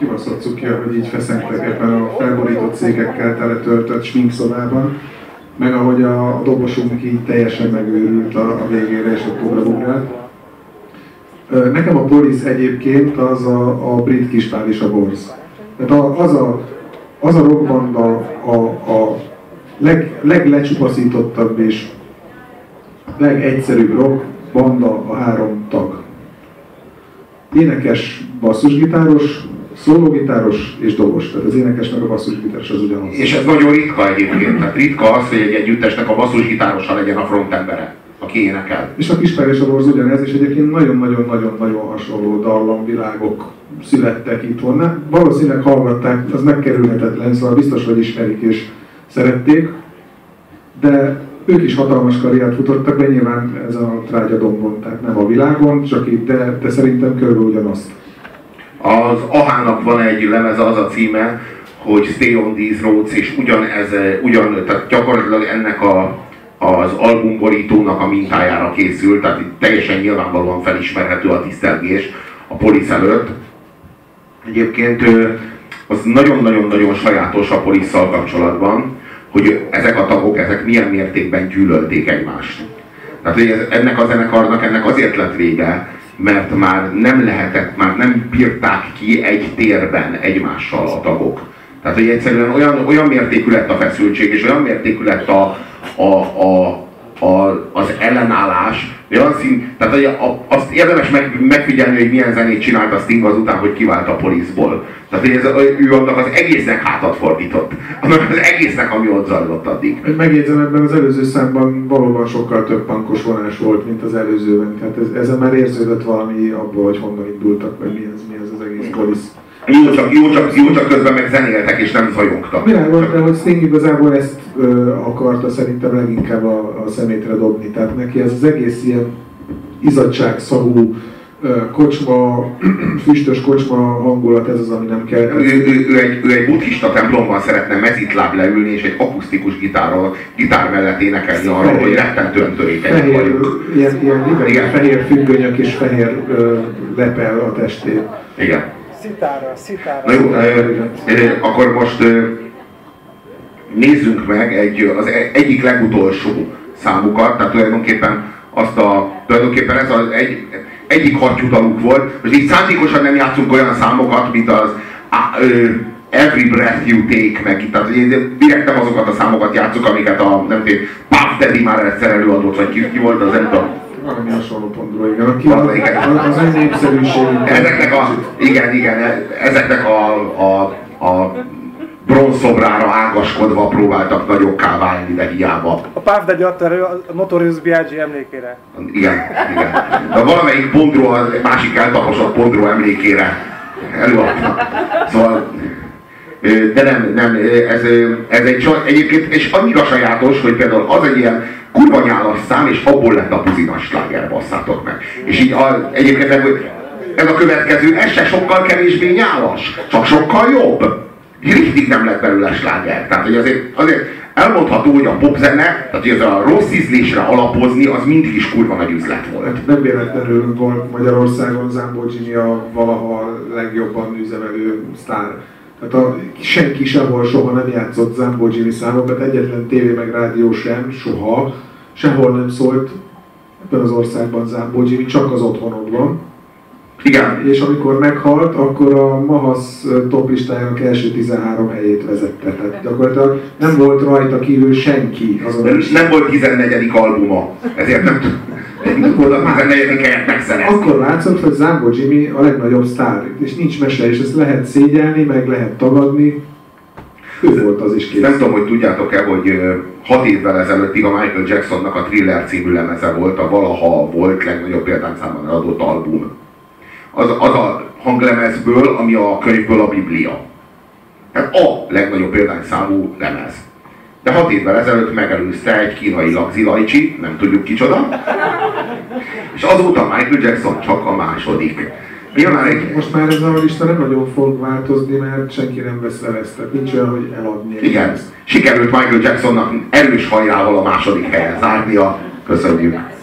kibaszott cukja, hogy így feszengtek ebben a felborított cégekkel teletöltött sminkszobában, meg ahogy a dobosunk így teljesen megőrült a végére és a ugrált. Nekem a Police egyébként az a brit Kispál és a Borz. Tehát az a rockbanda a leglecsupaszítottabb és legegyszerűbb rockbanda a 3 tag. Énekes, basszusgitáros, szólógitáros és dobos. Tehát az énekes meg a basszusgitáros az ugyanaz. És ez nagyon ritka egyébként. Tehát ritka az, hogy egy együttesnek a basszusgitárosa legyen a frontembere, aki énekel. És a Kispál és a Borz ugyanez, és egyébként nagyon-nagyon-nagyon hasonló dallamvilágok születtek itthon. Valószínűleg hallgatták, az megkerülhetetlen, szóval biztos, hogy ismerik és szerették, de ők is hatalmas karriert futottak, de nyilván ezen a trágyadombon, tehát nem a világon, csak itt, de szerintem körülbelül ugyanazt. Az Ahának van egy lemeze, az a címe, hogy Stay on these roads, és tehát gyakorlatilag ennek az albumborítónak a mintájára készült, tehát itt teljesen nyilvánvalóan felismerhető a tisztelgés a Police előtt. Egyébként az nagyon-nagyon-nagyon sajátos a Police-szal kapcsolatban, hogy ezek a tagok, ezek milyen mértékben gyűlölték egymást. Tehát hogy ennek a zenekarnak ennek azért lett vége, mert már nem bírták ki egy térben egymással a tagok. Tehát hogy egyszerűen olyan mértékű lett a feszültség, és olyan mértékű lett az ellenállás, tehát azt érdemes megfigyelni, hogy milyen zenét csinált a Sting azután, hogy kivált a Police-ból. Tehát hogy ő annak az egésznek hátat fordított. Annak az egésznek, ami ott zajlott addig. Megjegyzem, ebben az előző számban valóban sokkal több pankos vonás volt, mint az előzőben. Tehát ezen már érződött valami abból, hogy honnan indultak, vagy mi ez az egész Police. Jó, csak közben meg zenéltek és nem zajongtak. Világos, de hogy Sting igazából ezt akarta szerintem leginkább a szemétre dobni. Tehát neki ez az egész ilyen izzadságszagú kocsma, füstös kocsma hangulat, ez az, ami nem kell. Ő egy buddhista templomban szeretne mezitláb leülni és egy akusztikus gitár mellett énekelni arról, hogy rettentően törékenyek vagyunk. Ilyen fehér függönyök és fehér lepel a testén. Igen. Szitára. Na jó, akkor most nézzünk meg az egyik legutolsó számukat, tehát tulajdonképpen ez az egyik hattyúdaluk volt. Most így szándékosan nem játszunk olyan számokat, mint az Every Breath You Take, meg tehát direkt nem azokat a számokat játszunk, amiket nem tudom, Puff Daddy már egyszer előadott, vagy ki volt az, nem tudom. Valami hasonló pontról, igen. Az egy népszerűség. Ezeknek a bronzszobrára ágaskodva próbáltak nagyokká válni, de hiába. A Puff Daddy adta elő a Notorious B.I.G. emlékére. Igen. De valamelyik pontról, a másik eltaposott pontról emlékére előadta. Szóval, de nem, ez egyébként, és annyira sajátos, hogy például az egy ilyen kurva nyálas szám, és abból lett a buzinas sláger, basszátok meg. És így egyébként ez a következő, ez se sokkal kevésbé nyálas, csak sokkal jobb. Richtig nem lett belőle sláger. Tehát hogy azért elmondható, hogy a popzene, tehát hogy ez a rossz ízlésre alapozni, az mindig is kurva nagy üzlet volt. Nem véletlenül volt Magyarországon Zambó Jimmy a valaha legjobban üzemelő sztár. Tehát senki sehol soha nem játszott Zambó Jimmy számokat, egyetlen tévé meg rádió sem, soha, sehol nem szólt ebben az országban Zambó Jimmy, csak az otthonokban. Igen. És amikor meghalt, akkor a Mahasz toplistájának első 13 helyét vezette. Tehát gyakorlatilag nem volt rajta kívül senki azon. Nem volt 14. albuma, ezért nem volt a 14. helyet megszerezni. Akkor látszott, hogy Zambó Jimmy a legnagyobb sztár, és nincs mese, és ezt lehet szégyelni, meg lehet tagadni. Ő volt az is kész. Nem tudom, hogy tudjátok-e, hogy 6 évvel ezelőttig a Michael Jacksonnak a Thriller című lemeze volt a valaha volt legnagyobb példányszámban eladott album. Az a hanglemezből, ami a könyvből a Biblia. Tehát a legnagyobb példányszámú lemez. De 6 évvel ezelőtt megelőzte egy kínai lagzilajcsi, nem tudjuk kicsoda, és azóta Michael Jackson csak a második. Most már ez a lista nem nagyon fog változni, mert senki nem vesz le ezt, tehát nincs olyan, hogy eladni. Igen, sikerült Michael Jacksonnak erős hajrával a második helyen zárnia. Köszönjük!